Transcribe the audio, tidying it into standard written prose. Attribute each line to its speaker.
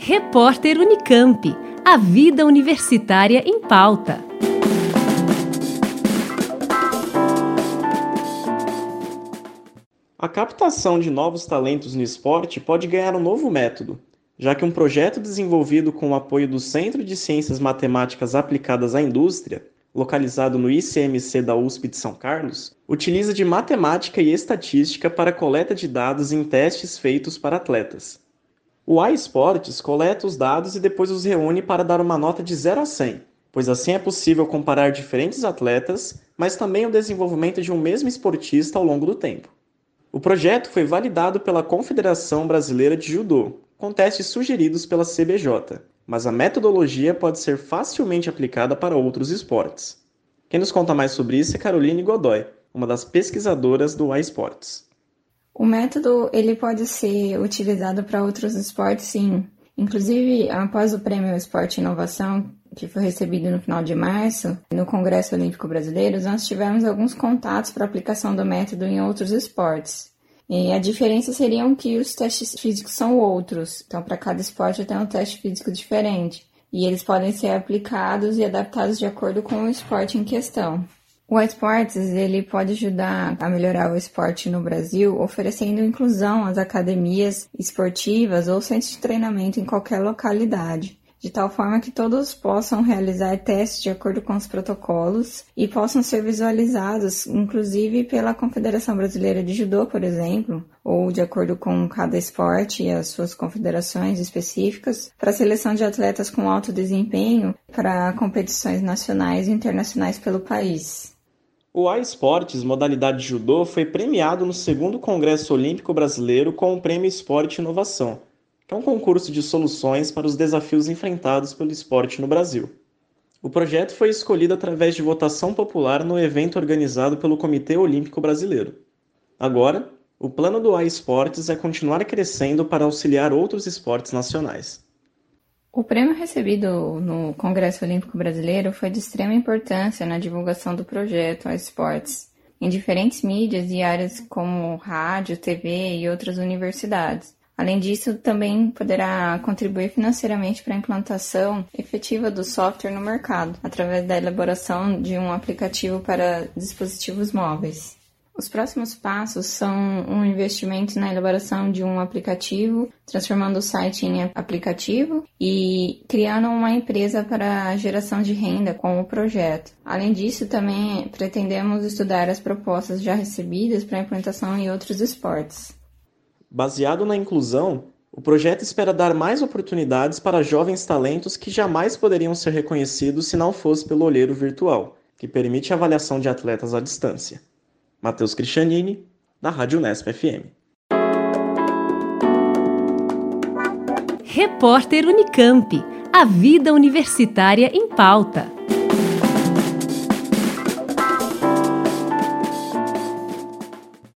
Speaker 1: Repórter Unicamp. A vida universitária em pauta.
Speaker 2: A captação de novos talentos no esporte pode ganhar um novo método, já que um projeto desenvolvido com o apoio do Centro de Ciências Matemáticas Aplicadas à Indústria, localizado no ICMC da USP de São Carlos, utiliza de matemática e estatística para a coleta de dados em testes feitos para atletas. O iSports coleta os dados e depois os reúne para dar uma nota de 0 a 100, pois assim é possível comparar diferentes atletas, mas também o desenvolvimento de um mesmo esportista ao longo do tempo. O projeto foi validado pela Confederação Brasileira de Judô, com testes sugeridos pela CBJ, mas a metodologia pode ser facilmente aplicada para outros esportes. Quem nos conta mais sobre isso é Caroline Godoy, uma das pesquisadoras do iSports.
Speaker 3: O método ele pode ser utilizado para outros esportes, sim. Inclusive, após o Prêmio Esporte e Inovação, que foi recebido no final de março, no Congresso Olímpico Brasileiro, nós tivemos alguns contatos para a aplicação do método em outros esportes. E a diferença seria que os testes físicos são outros. Então, para cada esporte tem um teste físico diferente. E eles podem ser aplicados e adaptados de acordo com o esporte em questão. O iSports ele pode ajudar a melhorar o esporte no Brasil, oferecendo inclusão às academias esportivas ou centros de treinamento em qualquer localidade, de tal forma que todos possam realizar testes de acordo com os protocolos e possam ser visualizados, inclusive pela Confederação Brasileira de Judô, por exemplo, ou de acordo com cada esporte e as suas confederações específicas, para a seleção de atletas com alto desempenho para competições nacionais e internacionais pelo país.
Speaker 2: O iSports, modalidade judô, foi premiado no 2º Congresso Olímpico Brasileiro com o Prêmio Esporte e Inovação, que é um concurso de soluções para os desafios enfrentados pelo esporte no Brasil. O projeto foi escolhido através de votação popular no evento organizado pelo Comitê Olímpico Brasileiro. Agora, o plano do iSports é continuar crescendo para auxiliar outros esportes nacionais.
Speaker 3: O prêmio recebido no Congresso Olímpico Brasileiro foi de extrema importância na divulgação do projeto iSports, em diferentes mídias e áreas como rádio, TV e outras universidades. Além disso, também poderá contribuir financeiramente para a implantação efetiva do software no mercado, através da elaboração de um aplicativo para dispositivos móveis. Os próximos passos são um investimento na elaboração de um aplicativo, transformando o site em aplicativo e criando uma empresa para a geração de renda com o projeto. Além disso, também pretendemos estudar as propostas já recebidas para a implantação em outros esportes.
Speaker 2: Baseado na inclusão, o projeto espera dar mais oportunidades para jovens talentos que jamais poderiam ser reconhecidos se não fosse pelo olheiro virtual, que permite a avaliação de atletas à distância. Matheus Cristianini, da Rádio Unesp FM.
Speaker 1: Repórter Unicamp. A vida universitária em pauta.